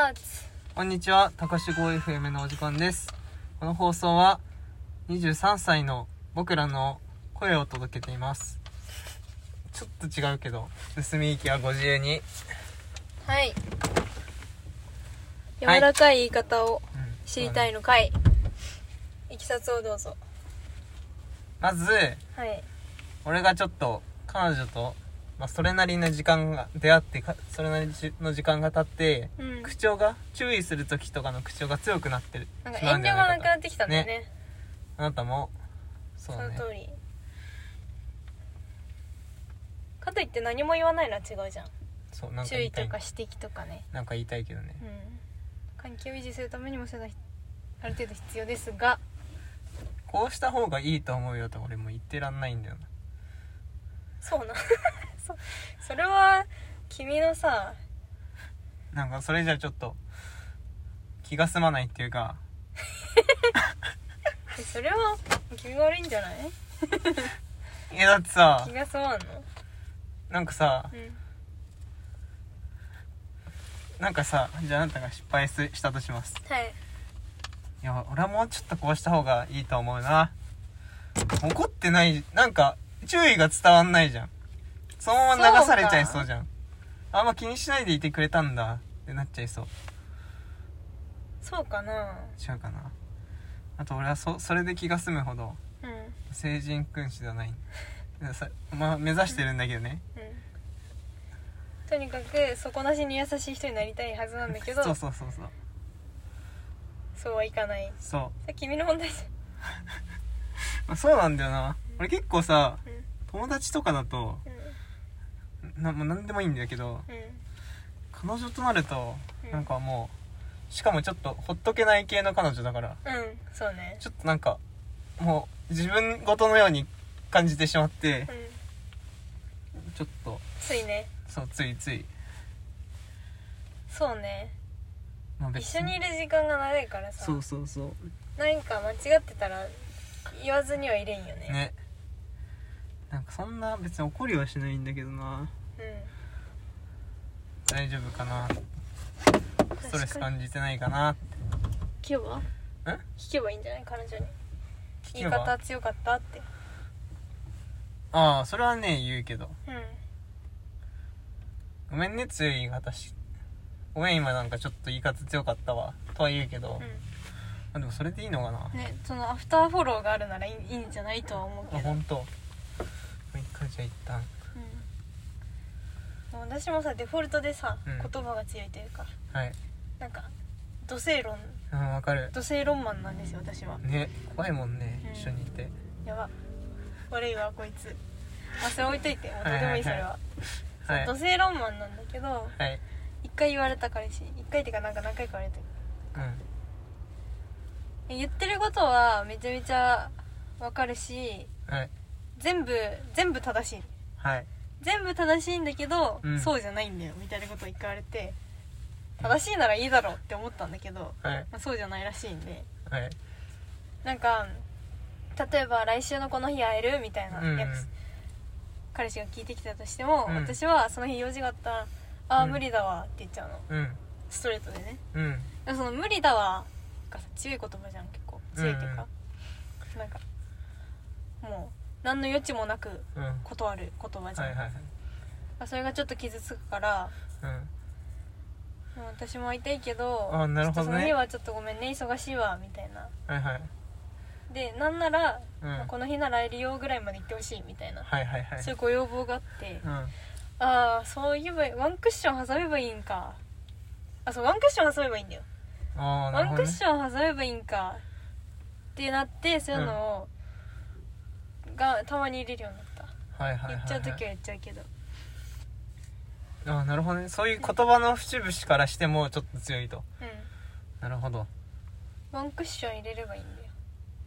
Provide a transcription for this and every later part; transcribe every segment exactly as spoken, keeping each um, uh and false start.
ターツ。 こんにちは、高志 ごエフエム のお時間です。この放送はにじゅうさんさいの僕らの声を届けています。ちょっと違うけど、盗み息はご自由に。 はい。柔らかい言い方を知りたいのかい。うん、いきさつをどうぞ。 まず、 はい、 俺がちょっと彼女と、まあ、それなりの時間が出会ってかそれなりの時間が経って、うん、口調が注意する時とかの口調が強くなってる。 なんか遠慮がなくなってきたんだよね。 ね、あなたもそうね。 その通り。かといって何も言わないのは違うじゃん。 そう、なんか注意とか指摘とかね。 なんか言いたいけどね。 うん。関係を維持するためにもそれはある程度必要ですが。 こうした方がいいと思うよと俺も言ってらんないんだよな。 そうなそ, それは君のさ、 なんかそれじゃちょっと気が済まないっていうかそれは君が悪いんじゃないいやだってさ、 気が済まんのなんかさ、 うん、 なんかさ、じゃああなたが失敗したとします。 はい。 いや俺はもうちょっとこうした方がいいと思うな。怒ってない、なんか注意が伝わんないじゃん。そのまま流されちゃいそうじゃん。あんま気にしないでいてくれたんだってなっちゃいそう。 そうかな。 違うかな。あと俺は そ, それで気が済むほど、 うん、 聖人君子ではないまあ目指してるんだけどね、 うんうん、とにかく底なしに優しい人になりたいはずなんだけどそうそうそうそう、 そうはいかない。 そう、 それ君の問題じゃんそうなんだよな、うん、俺結構さ、 うん、 友達とかだと、うん、な、まあ、何でもいいんだけど、 うん、 彼女となると、うん、なんかもうしかもちょっとほっとけない系の彼女だから、 うん、そうね、 ちょっとなんかもう自分事のように感じてしまって、うん、ちょっとついね、 そうついついそうね、 まあ、 一緒にいる時間が長いからさ、 そうそうそう、 何か間違ってたら言わずにはいれんよね。 ね、なんかそんな別に怒りはしないんだけどな、うん、大丈夫かな、ストレス感じてないかなって。 聞けば？ん？聞けばいいんじゃない？彼女に言い方強かったって。 ああ、それはね言うけど、 うん、 ごめんね強い言い方し、ごめん今なんかちょっと言い方強かったわとは言うけど、うん、あでもそれでいいのかな。 ね、そのアフターフォローがあるならいい、いいんじゃないとは思うけど。 あ、本当。一回じゃあ一旦、 うん、私もさデフォルトでさ、うん、言葉が強いというか、はい、なんか土星論、 うん、わかる、 土星論マンなんですよ私はね。怖いもんね、うん、一緒にいてやば、悪いわこいつ。あ、それ置いといて、もうどうでもいいそれは、はい、土星論マンなんだけど、はい、一回言われた彼氏、一回っていうかなんか何回か言われてる、うん、言ってることはめちゃめちゃわかるし、はい、全部全部正しい、はい、全部正しいんだけど、うん、そうじゃないんだよみたいなことを言われて、正しいならいいだろうって思ったんだけど、はい、まあ、そうじゃないらしいんで、はい、なんか例えば来週のこの日会えるみたいなやつ、うん、彼氏が聞いてきたとしても、うん、私はその日用事があったらあー、うん、無理だわって言っちゃうの、うん、ストレートでね、うん、その無理だわが強い言葉じゃん、結構強いっていうか、うん、なんかもう何の余地もなく断る言葉じゃん、うん、はいはいはい、それがちょっと傷つくから、うん、私も会いたいけど、あ、なるほどね、その日はちょっとごめんね忙しいわみたいな、はいはい、でなんなら、うん、この日なら会えるよぐらいまで言ってほしいみたいな、はいはいはい、そういうご要望があって、うん、ああそう言えばいい、ワンクッション挟めばいいんか、あ、そうワンクッション挟めばいいんだよ、あ、なるほどね、ワンクッション挟めばいいんかってなって、そういうのを、うん、がたまに入れるようになった、はいはいはいはい、言っちゃう時は言っちゃうけど、 あ、なるほどね、そういう言葉の節々からしてもちょっと強いと、うん、なるほど、 ワンクッション入れればいいんだよ。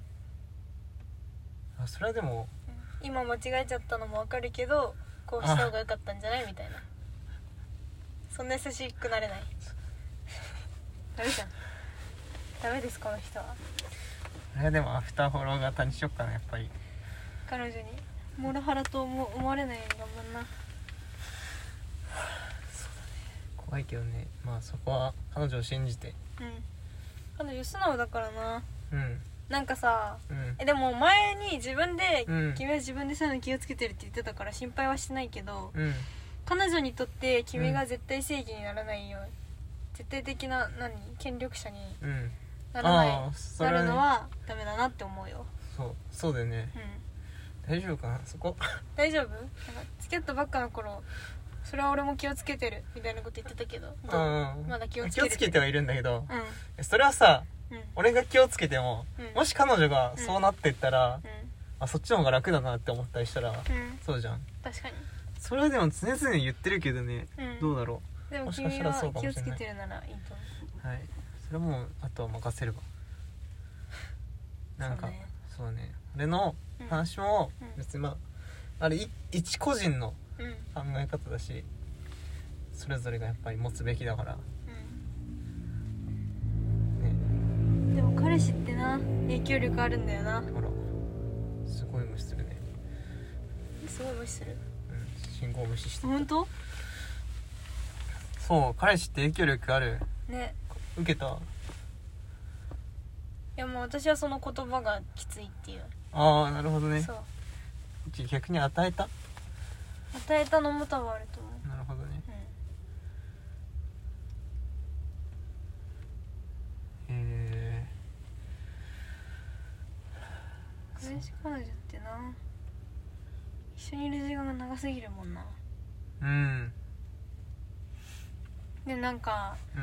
あ、それはでも、 うん、今間違えちゃったのも分かるけどこうした方が良かったんじゃないみたいな、そんな優しくなれないダメじゃん、ダメですこの人は。 あれでもアフターフォロー型にしよっかな、やっぱり彼女にモラハラと思われないように頑張んな。 そうだね、 怖いけどね。まあそこは彼女を信じて。 うん、彼女素直だからな。 うんなんかさ、 うん、 えでも前に自分で、 うん、 君は自分でそういうの気をつけてるって言ってたから心配はしてないけど、 うん、 彼女にとって君が絶対正義にならないよ、うん、絶対的な何権力者にならない、うんね、なるのはダメだなって思うよ。 そうそうだよね、うん、大丈夫かなそこ大丈夫？なんか付き合ったばっかの頃それは俺も気をつけてるみたいなこと言ってたけど、うん、まだ気をつけてる。 気をつけてはいるんだけど、 うん、 それはさ、うん、俺が気をつけても、 うん、 もし彼女がそうなっていったら、 うん、 あそっちの方が楽だなって思ったりしたら、うん、そうじゃん。 確かにそれはでも常々言ってるけどね、うん、どうだろう。 でも君は気をつけてるならいいと思う。 はい、それはもうあとは任せればなんかそうだね、俺の話も別にまああれ一個人の考え方だし、それぞれがやっぱり持つべきだから、 うんね、でも彼氏ってな影響力あるんだよな。 ほらすごい無視するね。 すごい無視する、 うん、信号無視してた。 本当？ そう彼氏って影響力あるね。 受けた？いやもう私はその言葉がきついっていう。 ああなるほどね。 そう逆に与えた？ 与えたのも多分あると思う。 なるほどね、うん、へえ。 彼氏彼女ってな一緒にいる時間が長すぎるもんな。 うんでなんか、 うん、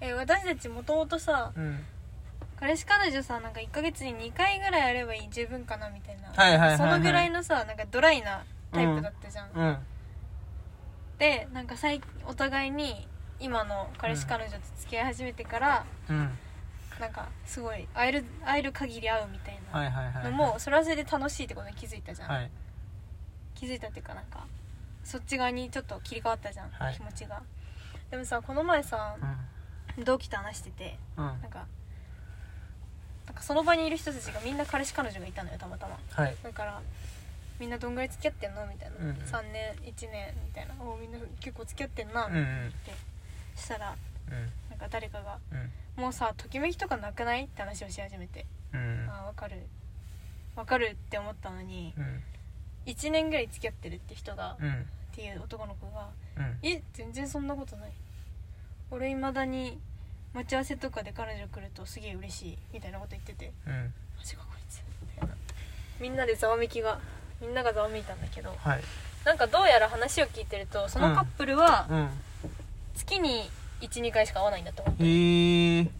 え私たちもともとさ、 うん、 彼氏彼女さなんかいっかげつににかいぐらいあればいい十分かなみたいな、 はいはいはいはい、 そのぐらいのさなんかドライなタイプだったじゃん、 うんうん、 でなんか最お互いに今の彼氏彼女と付き合い始めてから、うん、なんかすごい会える会える限り会うみたいなのもそれはそれで楽しいってことに気づいたじゃん、はい、気づいたっていうかなんかそっち側にちょっと切り替わったじゃん、はい、気持ちが。でもさこの前さ、うん、同期と話してて、うん、なんかなんかその場にいる人たちがみんな彼氏彼女がいたのよたまたま、はい、だからみんなどんぐらい付き合ってんのみたいな、うんうん、さんねんいちねんみたいな、おみんな結構付き合ってんなって、うんうん、したら、うん、なんか誰かが、うん、もうさときめきとかなくないって話をし始めて、うん、あ分かる分かるって思ったのに、うん、いちねんぐらい付き合ってるって人が、うん、っていう男の子が、うん、え全然そんなことない、俺未だに待ち合わせとかで彼女来るとすげえ嬉しいみたいなこと言ってて、うん、マジかこいつみたいな、みんなでざわめきがみんながざわめいたんだけど、はい、なんかどうやら話を聞いてるとそのカップルは月に いち,に 回しか会わないんだって思って。 へえ。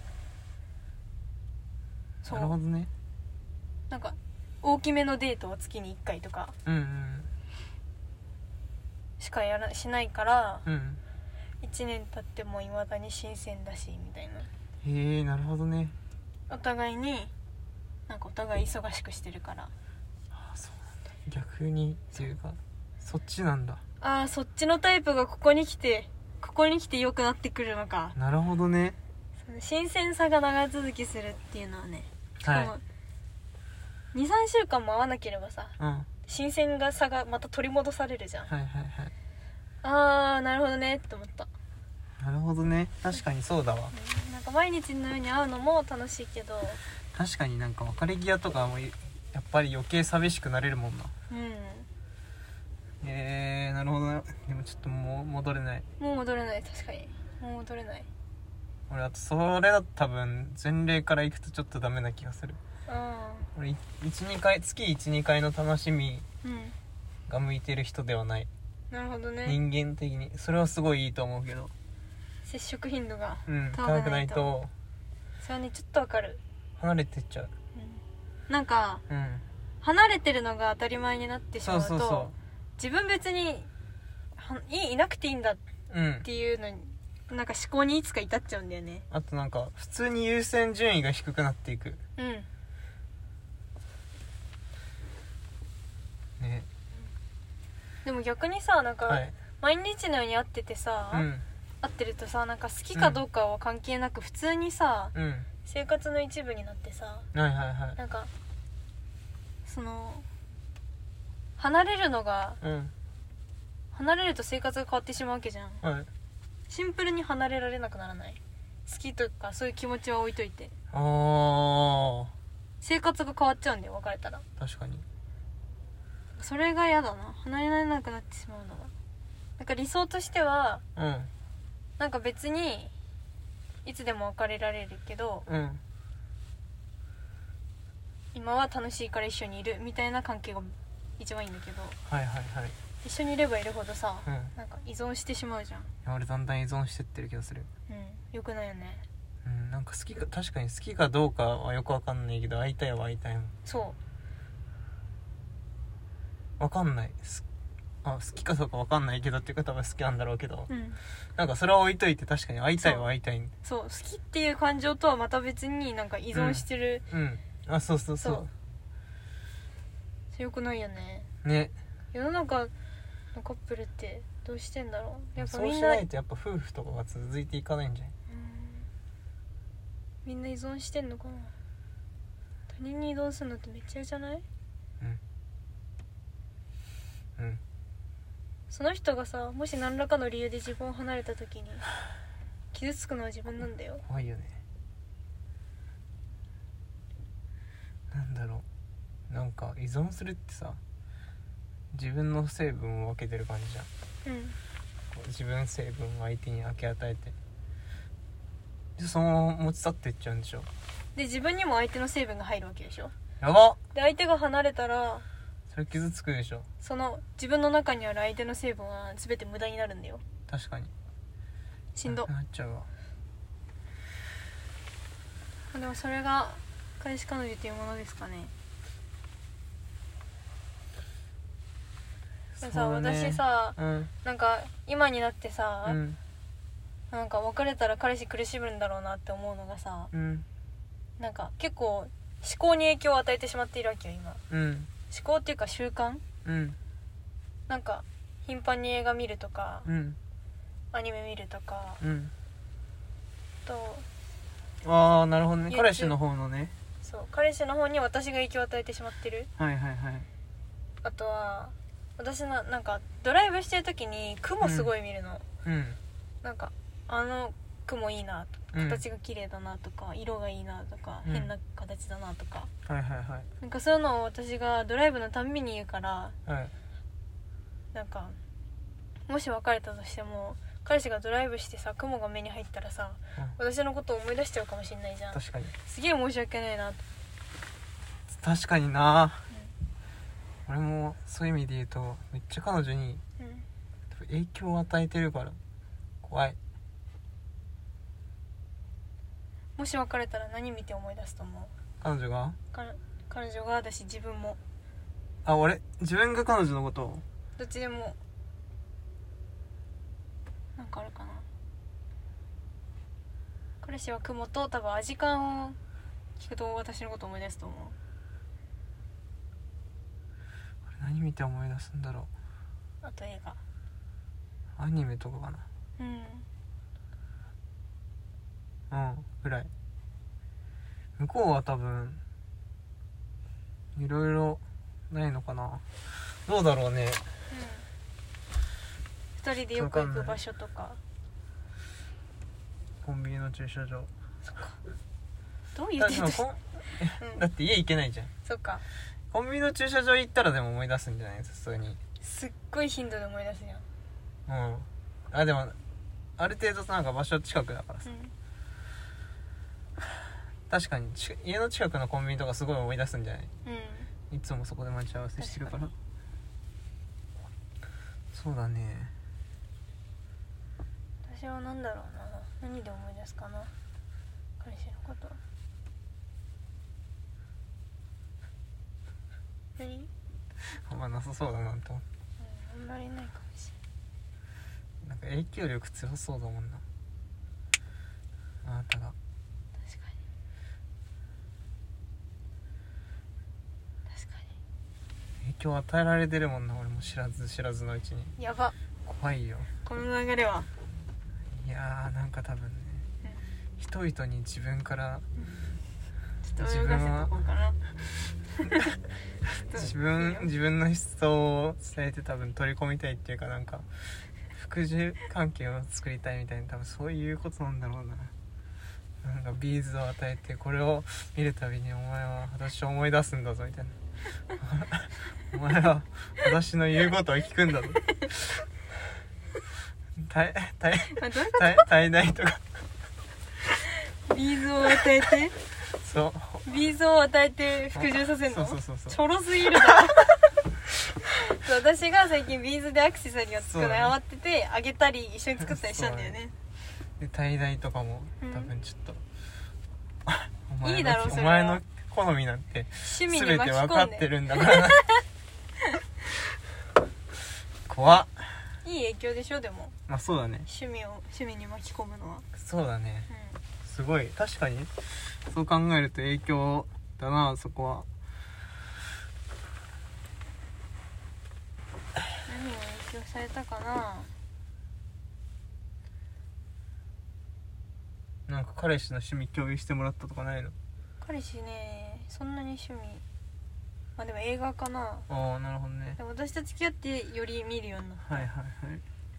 なるほどね。 なんか大きめのデートを月にいっかいとかしかやらしないから、うん、いちねん経っても未だに新鮮だしみたいな。 へえなるほどね。 お互いになんかお互い忙しくしてるから。 ああそうなんだ。逆にっていうか そ, そっちなんだ。 ああそっちのタイプがここに来てここに来て良くなってくるのか。 なるほどね。 その新鮮さが長続きするっていうのはね、しかも、はい、にさんしゅうかんも会わなければさ、うん、新鮮さがまた取り戻されるじゃん。はいはいはい。あーなるほどねって思った。 なるほどね。確かにそうだわ、 うん、なんか毎日のように会うのも楽しいけど、 確かになんか別れ際とかもやっぱり余計寂しくなれるもんな。うんえー、なるほどな。でもちょっともう戻れない。 もう戻れない。確かにもう戻れない。 俺あとそれだと多分前例からいくとちょっとダメな気がする。うん俺 いち,に 回月 いち,に 回の楽しみが向いてる人ではない、 うん、なるほどね。 人間的にそれはすごいいいと思うけど、 接触頻度が高くないと、うん、 それはねちょっとわかる。 離れてっちゃう、 うん、なんか、うん、離れてるのが当たり前になってしまうと、そうそうそう、自分別に い, いなくていいんだっていうのに、うん、なんか思考にいつか至っちゃうんだよね。 あとなんか普通に優先順位が低くなっていく。うんね、 でも逆にさなんか、はい、毎日のように会っててさ、うん、会ってるとさなんか好きかどうかは関係なく、うん、普通にさ、うん、生活の一部になってさ、はいはいはい、なんかその離れるのが、うん、離れると生活が変わってしまうわけじゃん、はい、 シンプルに離れられなくならない？好きとかそういう気持ちは置いといて、 あー生活が変わっちゃうんだよ別れたら。 確かに。 それが嫌だな、離れられなくなってしまうのが。なんか理想としてはうんなんか別にいつでも別れられるけど、 うん今は楽しいから一緒にいるみたいな関係が一番いいんだけど、 はいはいはい。 一緒にいればいるほどさ、 うん、いなんか依存してしまうじゃん。 や俺だんだん依存してってる気がする。 うんよくないよね。 うんなんか好きか、確かに好きかどうかはよくわかんないけど会いたいは会いたいもん。 そうわかんないすあ好きかどうかわかんないけどっていうか多分好きなんだろうけど、 うん、 なんかそれは置いといて確かに会いたいは会いたい。 そう好きっていう感情とはまた別になんか依存してる、 うん、うん、あそうそうそうそうそれよくないよね。 ね。 世の中のカップルってどうしてんだろう。やっぱそうしみんなないとやっぱ夫婦とかが続いていかないんじゃない？ みんな依存してんのかな。他人に依存するのってめっちゃ嫌じゃない？ うんうんその人がさもし何らかの理由で自分を離れた時に傷つくのは自分なんだよ。 怖いよね。なんだろう、なんか依存するってさ自分の成分を分けてる感じじゃん。 うんこう自分成分を相手に分け与えてでそのまま持ち去っていっちゃうんでしょ。 で自分にも相手の成分が入るわけでしょ。 やばっ、 で相手が離れたらそれ傷つくでしょ。 その自分の中にある相手の成分は全て無駄になるんだよ。 確かにしんど。 なっちゃうわ。 でもそれが彼氏彼女というものですかね。でもさ、 ね、 私さ、 うん、 なんか今になってさ、 うん、 なんか別れたら彼氏苦しむんだろうなって思うのがさ、 うん、 なんか結構思考に影響を与えてしまっているわけよ今。 うん、 思考っていうか習慣、 うん、 なんか頻繁に映画見るとか、 うん、 アニメ見るとか、 うん、 とああなるほどね。 YouTube 彼氏の方のね。 そう彼氏の方に私が影響を与えてしまってる。 はいはいはい。 あとは私のなんかドライブしてる時に雲すごい見るの、 うん、 なんかあの雲いいなとか、 うん形が綺麗だなとか色がいいなとか、 うん変な形だなとか、 はいはいはいなんかそういうのを私がドライブのたんびに言うから、 はい。 なんかもし別れたとしても彼氏がドライブしてさ雲が目に入ったらさ、 うん、 私のことを思い出しちゃうかもしれないじゃん。 確かにすげえ申し訳ないなと。 確かにな、うん、俺もそういう意味で言うとめっちゃ彼女に影響を与えてるから怖い。 もし別れたら何見て思い出すと思う？ 彼女がか彼女がだし自分も。 あ俺自分が彼女のことをどっちでもなんかあるかな。彼氏は雲と多分アジカンを聞くと私のこと思い出すと思う。 何見て思い出すんだろあと映画、 う。アニメとかかうんな。うんぐらい。向こうは多分いろいろないのかな。どうだろうね。 うん、ふたりでよく行く場所とか。 コンビニの駐車場。 そっか。どう言ってた、うん、 だって家行けないじゃん。 そっか。 コンビニの駐車場行ったらでも思い出すんじゃないですか普通に。 すっごい頻度で思い出すじゃん。うん。あでもある程度なんか場所近くだからさ、うん、確かに家の近くのコンビニとかすごい思い出すんじゃない？うん。いつもそこで待ち合わせしてるから。そうだね。 私はなんだろうな、何で思い出すかな、彼氏のこと。何？ あんまなさそうだなと思って、 うん、あんまりないかもしれない。なんか影響力強そうだもんなあなたが。 確かに確かに影響を与えられてるもんな。俺も知らず知らずのうちに。 やば、 怖いよこの流れは。 いやーなんか多分ね、うん、人々に自分から、 うん、ちょっと泳がせとこうかな自分自分の思想を伝えて多分取り込みたいっていうかなんか服従関係を作りたいみたいな、多分そういうことなんだろうな。なんかビーズを与えて、これを見るたびにお前は私を思い出すんだぞみたいなお前は私の言うことを聞くんだぞたたた体内とかビーズを与えてそうビーズを与えて服従させるの。 そうそうそうそう、 ちょろすぎるだそう私が最近ビーズでアクセサリーを作るのハマってて、あげたり一緒に作ったりしたんだよね。 で滞在とかも多分ちょっと、 うん、お前いいだろそれは。 お前の好みなんて全て分かってるんだからな怖っ。 いい影響でしょ。でもまあそうだね、 趣味を趣味に巻き込むのは。 そうだね、 うん、 すごい確かにそう考えると影響だな、そこは。 何を影響されたかな。 なんか彼氏の趣味共有してもらったとかないの？ 彼氏ね、そんなに趣味、まあでも映画かな。 ああなるほどね。 でも私と付き合ってより見るようになった。 はいはいはい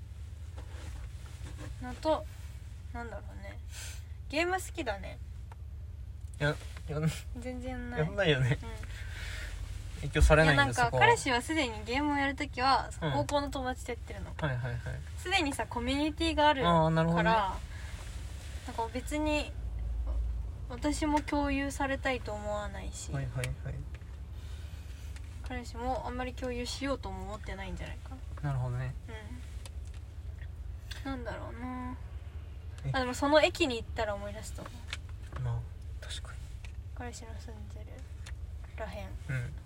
のと、なんだろうね、ゲーム好きだね。 ややん全然ない。 やんないよね、 うん、 影響されないんだ。 いやなんか彼氏はすでにゲームをやるときは、 うん、 高校の友達とやってるの。 はいはいはい。 すでにさコミュニティがあるから、 あーなるほどね、 なんか別に私も共有されたいと思わないし、 はいはいはい、 彼氏もあんまり共有しようとも思ってないんじゃないかな。 なるほどね。 うん、なんだろうなあ。でもその駅に行ったら思い出すと思う。 まあ確か彼氏の住んでるらへん。 に、うん、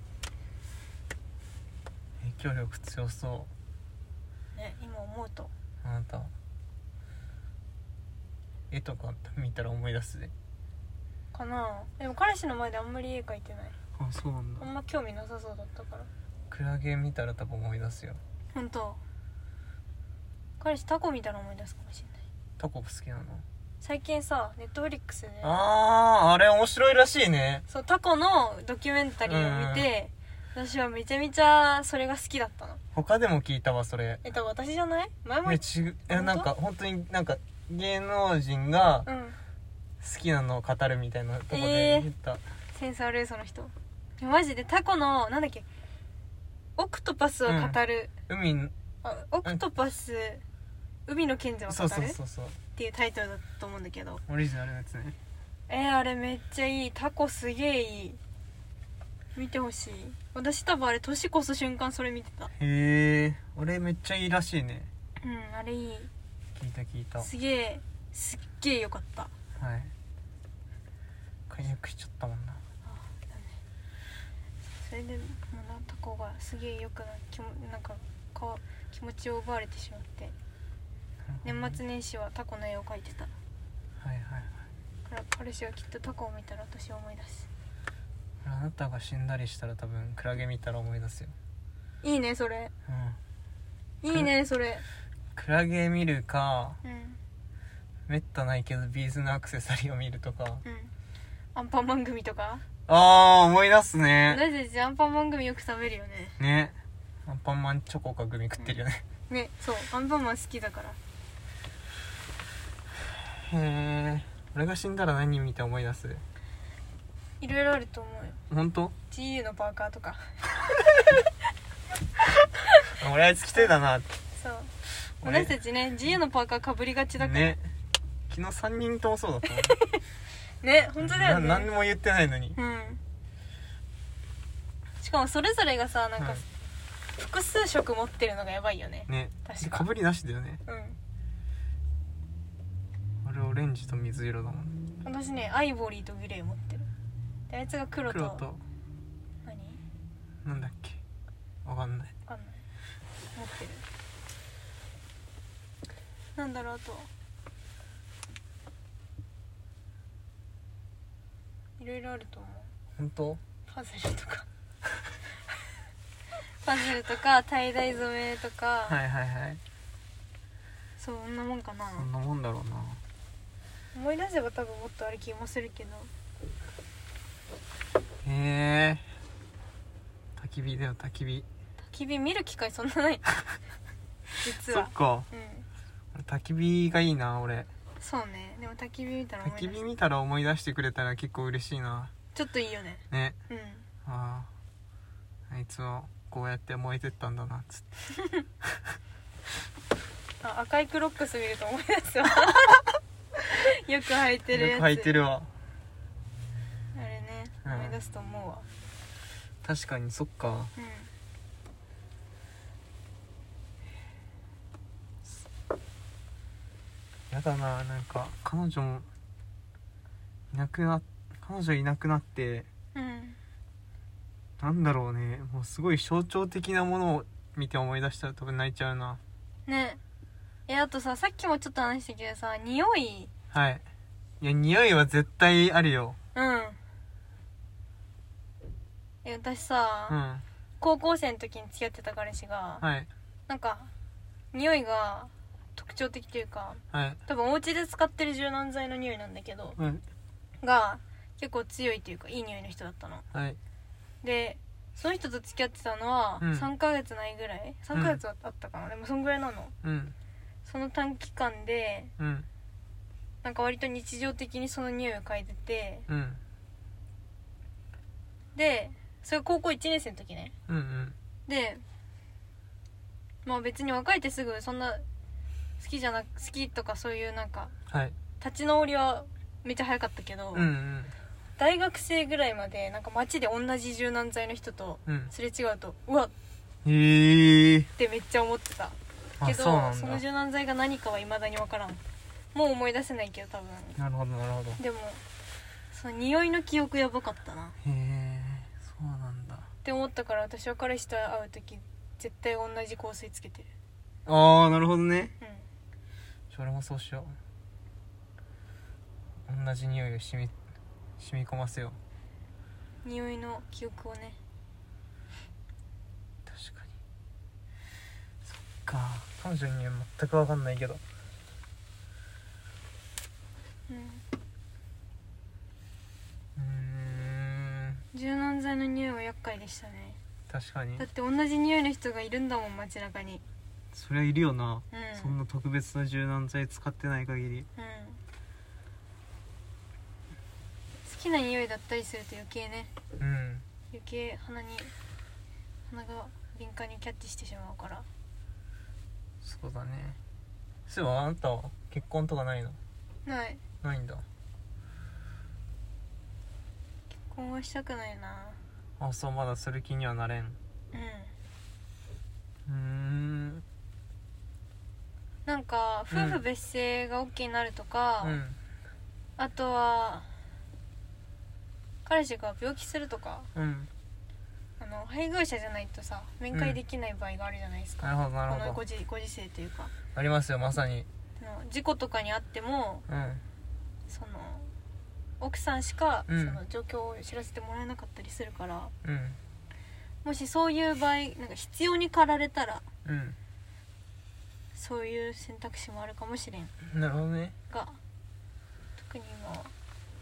影響力強そうね、今思うと。 あなた絵とか見たら思い出すでかな。でも彼氏の前であんまり絵描いてない。 あ、そうなんだ。 あんま興味なさそうだったから。 クラゲ見たら多分思い出すよ。 ほんと。彼氏タコ見たら思い出すかもしれない。 タコ好きなの？ 最近さネットフリックスで、ね、 あーあれ面白いらしいね。 そうタコのドキュメンタリーを見て、私はめちゃめちゃそれが好きだったの。 他でも聞いたわそれ。 えっと私じゃない？前も言っいや違う、いやなんか本当になんか芸能人がうん好きなのを語るみたいなとこで言った、 えー、センス悪いその人。マジでタコのなんだっけ、オクトパスを語る、 うん、海あオクトパス、うん、海の賢者を語るそうそうそうそうっていうタイトルだと思うんだけど、 オリジナルのやつね。 えー、あれめっちゃいい。タコすげえいい。見てほしい。私多分あれ年越す瞬間それ見てた。 へえ、俺めっちゃいいらしいね。 うんあれいい。 聞いた聞いた。 すげえすっげえよかった。 はい。解約しちゃったもんな。 あだね。それでもなタコがすげえよくな気もなんかか気持ちを奪われてしまって、年末年始はタコの絵を描いてた。 はいはいはい。 から彼氏はきっとタコを見たら私を思い出す。 あなたが死んだりしたら多分クラゲ見たら思い出すよ。 いいねそれ。 うん。 いいねそれ。 クラゲ見るか、 うん。 めったないけどビーズのアクセサリーを見るとか。 うん。アンパンマン組とか。 あー思い出すね。 私たちアンパンマン組よく食べるよね。 ね。アンパンマンチョコかグミ食ってるよね。 うん、ね、そうアンパンマン好きだから。 へえ。俺が死んだら何見て思い出す？ いろいろあると思うよ。 本当？ ジーユー のパーカーとか。 俺あいつ着てたな。 そう私たちね ジーユー のパーカーかぶりがちだからね。昨日さんにんともそうだったもんね。本当だよね。 な何も言ってないのに。 うん。しかもそれぞれがさなんか、はい、複数色持ってるのがやばいよね。 ね。 確かかぶりなしだよね。 うん。 俺オレンジと水色だもん。 私ねアイボリーとグレー持ってる。であいつが黒と黒と何なんだっけわかんないわかんない持ってる。なんだろうあといろいろあると思う。 本当？ パズルとかパズルとかタイダイ染めとか。 はいはいはい。 そんなもんかな。 そんなもんだろうな。 思い出せば多分もっとある気もするけど。 へえ。焚き火だよ焚き火。 焚き火見る機会そんなない実はそっか、 うん、 焚き火がいいな俺。 そうね。でも焚き火見たら思い出す。 焚き火見たら思い出してくれたら結構嬉しいな。 ちょっといいよね。 ね。 うん。 ああ、あいつもこうやって燃えてったんだなっつってあ、赤いクロックス見ると思い出すわよく履いてるやつ。 よく履いてるわ。 あれね、思い出すと思うわ、 うん、確かにそっか。 うん。 やだな、なんか彼女もいなくな彼女いなくなって、 うん、 なんだろうね、もうすごい象徴的なものを見て思い出したら多分泣いちゃうな。 ねえ、あとさ、さっきもちょっと話したけどさ、匂い。 はい。いや、匂いは絶対あるよ。 うん。え、私さ、 うん、 高校生の時に付き合ってた彼氏が、 はい、 なんか匂いが特徴的というか、 はい、 多分お家で使ってる柔軟剤の匂いなんだけど、 うん、 が結構強いというかいい匂いの人だったの。 はい。 でその人と付き合ってたのはさんかげつないぐらい、さんかげつはあったかな、うん、でもそんぐらいなの、 うん、 その短期間で、うん、なんか割と日常的にその匂いを嗅いでて、うん、でそれ高校いちねん生の時ね、うんうん、でまあ別に別れてすぐそんな好きじゃなく好きとかそういうなんか、はい、立ち直りはめっちゃ早かったけど、うんうん、大学生ぐらいまでなんか街で同じ柔軟剤の人とすれ違うと、うん、うわっ、えー、ってめっちゃ思ってたけど、 そ, その柔軟剤が何かは未だに分からん。もう思い出せないけど多分。 なるほどなるほど。 でもその匂いの記憶やばかったな。 へえ、そうなんだって思ったから、私は彼氏と会う時絶対同じ香水つけてる。 ああ、なるほどね。うん、それもそうしよう。同じ匂いを染み染み込ませよう。匂いの記憶をね。 確かに。そっか、彼女には全く分かんないけど、うん、 うーん、柔軟剤の匂いは厄介でしたね。 確かに。 だって同じ匂いの人がいるんだもん、街中に。 そりゃいるよな、うん、そんな特別な柔軟剤使ってない限り、うん、好きな匂いだったりすると余計ね、うん、余計鼻に鼻が敏感にキャッチしてしまうから。 そうだね。そういえばあなたは結婚とかないの？ ない。 ないんだ。 結婚はしたくないな。 あ、そう、まだする気にはなれん。うん。うーん。 なんか夫婦別姓が OK になるとか、うん、あとは彼氏が病気するとか、うん、あの配偶者じゃないとさ面会できない場合があるじゃないですか、うん、なるほどなるほど。このご時、ご時世というかありますよ、まさに。 事故とかにあっても、うん、その奥さんしか、うん、その状況を知らせてもらえなかったりするから、うん、もしそういう場合なんか必要に駆られたら、うん、そういう選択肢もあるかもしれん。 なるほどね。 が特に今は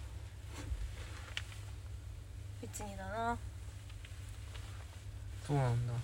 別にだな。 そうなんだ。うん。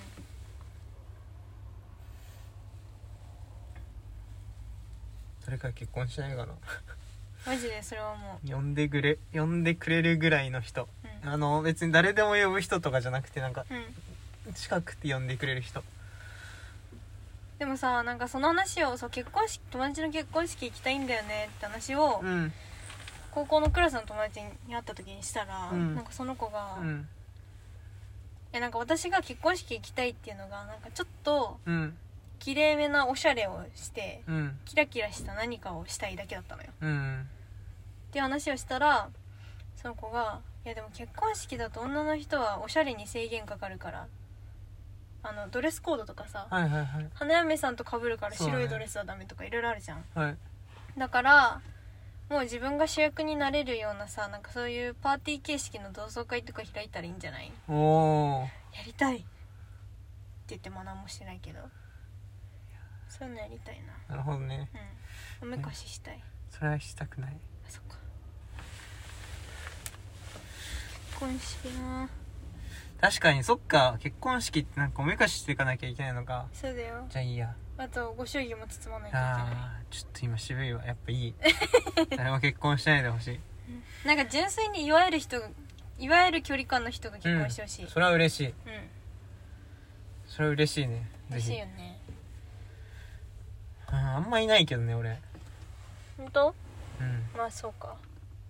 誰か結婚しないかなマジでそれはもう呼んでくれ呼んでくれるぐらいの人、うん、あの別に誰でも呼ぶ人とかじゃなくて、なんか、うん、近くて呼んでくれる人。 でもさ、なんかその話をそう結婚式友達の結婚式行きたいんだよねって話を、うん、高校のクラスの友達に会った時にしたら、うん、なんかその子が、うん、えなんか私が結婚式行きたいっていうのがなんかちょっと、うん綺麗めなおしゃれをして、うん、キラキラした何かをしたいだけだったのよ、うん、っていう話をしたら、その子がいやでも結婚式だと女の人はおしゃれに制限かかるから、あのドレスコードとかさ、はいはいはい、花嫁さんと被るから白いドレスはダメとかいろいろあるじゃん、はい、だからもう自分が主役になれるようなさ、なんかそういうパーティー形式の同窓会とか開いたらいいんじゃない？おやりたいって言っても何もしてないけど、そういうのやりたいな。なるほどね。 うん。おめかししたい。 それはしたくない。 あ、そっか。結婚式な。 確かにそっか、結婚式ってなんかおめかししていかなきゃいけないのか。 そうだよ。 じゃあいいや。 あとご祝儀も包まないといけない。 あーちょっと今渋いわ。やっぱいい誰も結婚しないでほしい。 なんか純粋にいわゆる人がいわゆる距離感の人が結婚してほしい、 うん、それは嬉しい。 うんそれは嬉しいね。 嬉しいよね。 ああんまいないけどね俺。 本当？ うん。 まあそうか。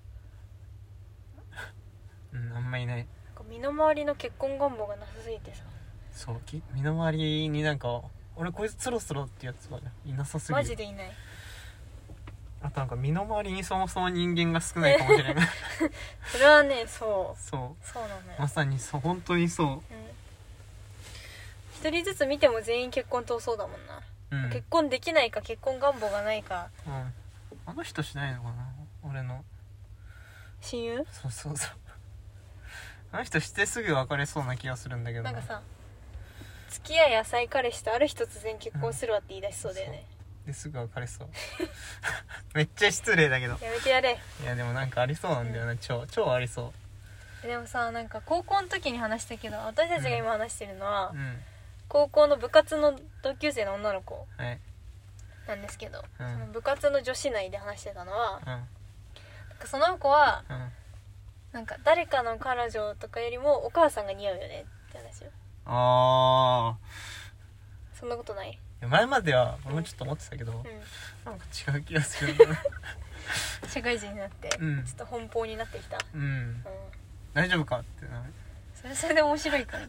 うんあんまいない。なんか身の回りの結婚願望がなさすぎてさ。 そうき身の回りになんか俺こいつそろそろってやつはいなさすぎる。 マジでいない。 あとなんか身の回りにそもそも人間が少ないかもしれないそれはねそうそうそうなのよ。 まさにそう本当にそう。うん一人ずつ見ても全員結婚遠そうだもんな、うん、結婚できないか結婚願望がないか、 うん、あの人しないのかな俺の親友。 そうそうそうあの人してすぐ別れそうな気がするんだけど、 なんかさ付き合い浅い彼氏とある日突然結婚するわって言い出しそうだよね、 うん、ですぐ別れそうめっちゃ失礼だけどやめてやれ。 いやでもなんかありそうなんだよな、うん、超超ありそう。 でもさなんか高校の時に話したけど私たちが今話してるのは、 うんうん高校の部活の同級生の女の子なんですけど、 はい、 その部活の女子内で話してたのは、 うん、 なんかその子は、 うん、 なんか誰かの彼女とかよりもお母さんが似合うよねって話よ。 あーそんなことない？ 前までは俺もちょっと思ってたけど、うん、なんか違う気がする社会人になって、うん、ちょっと奔放になってきた、 うんうん、大丈夫かってな。 それはそれで面白いから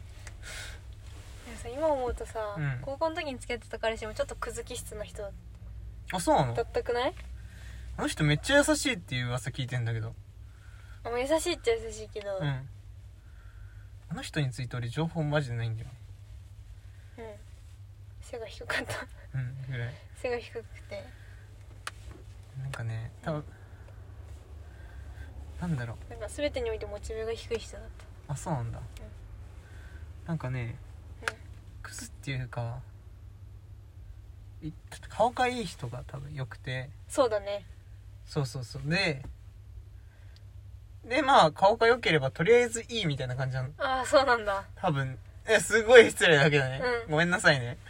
今思うとさ、うん、高校の時に付き合ってた彼氏もちょっとクズ気質な人だあそうなのだったくない？ あの人めっちゃ優しいっていう噂聞いてんだけど。 あもう優しいっちゃ優しいけど、 うん、あの人について俺情報マジでないんだよね。 うん背が低かったうんぐらい背が低くてなんかね多分、うん、なんだろうなんか全てにおいてモチベが低い人だった。 あそうなんだ、うん、なんかねうんクズっていうか顔がいい人が多分良くて。 そうだね。 そうそうそうででまあ顔が良ければとりあえずいいみたいな感じなの。 ああそうなんだ多分。えすごい失礼だけどね、うん、ごめんなさいね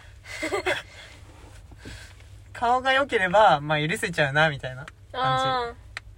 顔が良ければまあ許せちゃうなみたいな感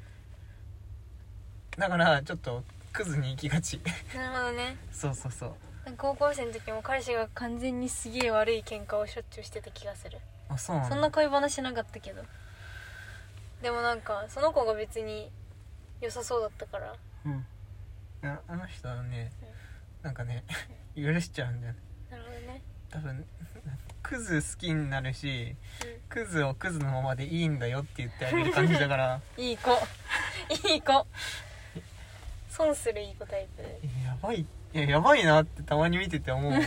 じだからちょっとクズに行きがちなるほどね。 そうそうそう高校生の時も彼氏が完全にすげえ悪い喧嘩をしょっちゅうしてた気がする。 あそうなんだ。 そんな恋話なかったけどでもなんかその子が別に良さそうだったから。 うんあ, あの人はね、うん、なんかね許しちゃうんだよね。 なるほどね。 多分クズ好きになるし、うん、クズをクズのままでいいんだよって言ってあげる感じだからいい子いい子損するいい子タイプ。 やばいいややばいなってたまに見てて思う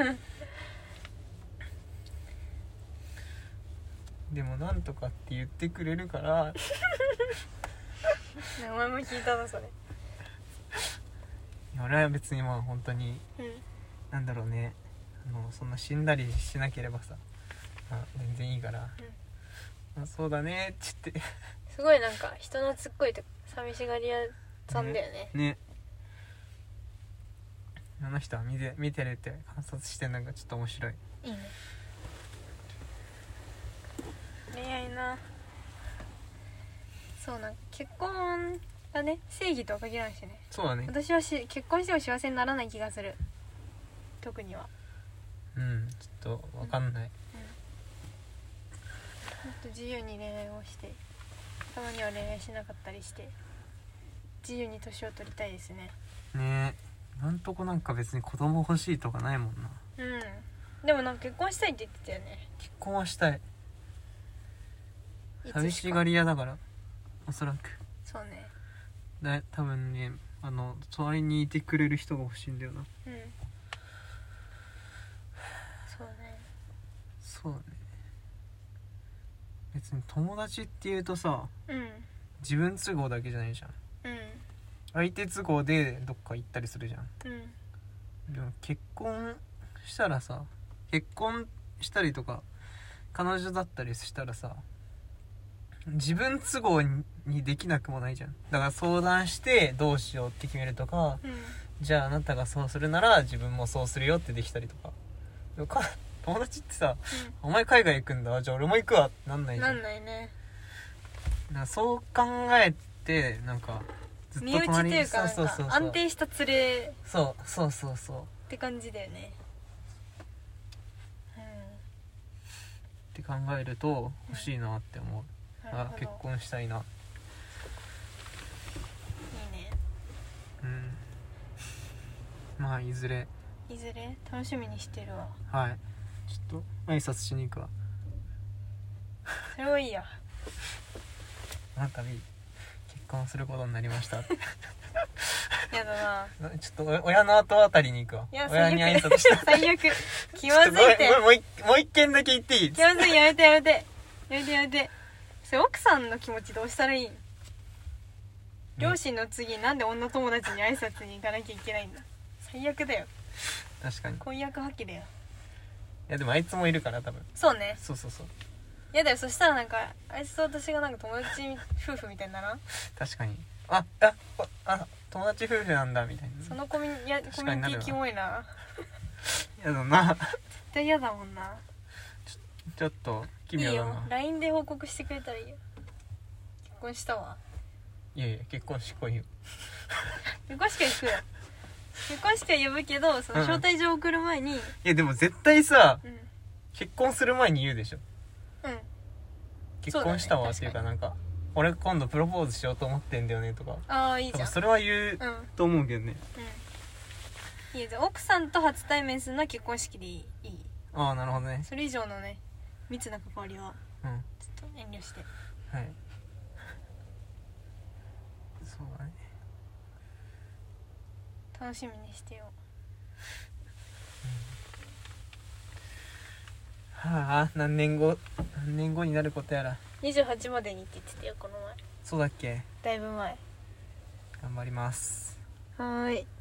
でもなんとかって言ってくれるから名前も聞いたなそれ。 俺は別にまあ本当に、 うん、 なんだろうねあのそんな死んだりしなければさ、まあ、全然いいから、うんまあ、そうだねっつってすごいなんか人懐っこいと寂しがり屋さんだよね。 ねねあの人は見て、見てるって観察してるのがちょっと面白い。 いいね恋愛な。そうなん結婚がね正義とは限らないしね。 そうだね。 私はし結婚しても幸せにならない気がする。特にはうんちょっと分かんない、うんうん、もっと自由に恋愛をしてたまには恋愛しなかったりして自由に年を取りたいですね。 ねえなんとこなんか別に子供欲しいとかないもんな。 うんでもなんか結婚したいって言ってたよね。 結婚はしたい。寂しがり屋だからおそらく。 そうねだ多分ねあの隣にいてくれる人が欲しいんだよな。 うんそうねそうね別に友達っていうとさ、 うん、 自分都合だけじゃないじゃん、 うん、 相手都合でどっか行ったりするじゃん、 うん、 でも結婚したらさ結婚したりとか彼女だったりしたらさ自分都合にできなくもないじゃん。だから相談してどうしようって決めるとか、 うん、 じゃああなたがそうするなら自分もそうするよってできたりとか。でもか友達ってさ、うん、お前海外行くんだ、じゃあ俺も行くわってなんないじゃん。 なんないね。 なそう考えてなんかずっと隣に、 身内っていうか、なんか安定した連れ、 そうそうそうそうって感じだよね。うん、 って考えると欲しいなって思う、うん、あ結婚したいな。いいね。 うんまあいずれいずれ楽しみにしてるわ。 はい、ちょっと挨拶しに行くわ。 それはいいや。 あなたに結婚することになりましたやだな。 ちょっと親の後あたりに行くわ。 いや親に挨拶した最悪。気まずいって。 もう一もう一件だけ言っていい？ 気まずい、やめてやめてやめてやめて。それ奥さんの気持ちどうしたらいい？両親の次なんで女友達に挨拶に行かなきゃいけないんだ。最悪だよ。 確かに婚約破棄だよ。 いやでもあいつもいるから多分。 そうね。 そうそうそう。 いやだよ、そしたらなんかあいつと私がなんか友達夫婦みたいなな。 確かに。あああ友達夫婦なんだみたいな。 そのコミュ、いやコミュニティキモいな。 やだな。絶対嫌だもんな。 ちょ、ちょっと奇妙だな。いいよ。 ライン で報告してくれたらいいよ。結婚したわ。 いやいや結婚式来いよ。 結婚式は行くよ。結婚式は呼ぶけどその招待状送る前に、うん、いやでも絶対さ、 うん、 結婚する前に言うでしょ。 うん。 結婚したわっていうかなんか俺今度プロポーズしようと思ってんだよねとか。 ああいいじゃん。 それは言うと思うけどね。 うん。いいじゃん。奥さんと初対面するのは結婚式でいい。いい。 ああなるほどね。 それ以上のね密な関わりは、うん、ちょっと遠慮して。 はい。そうだね。 楽しみにしてよ。 うん、はあ何年後何年後になることやら。 にじゅうはちまでにって言ってたよこの前。 そうだっけ。 だいぶ前。 頑張ります。 はーい。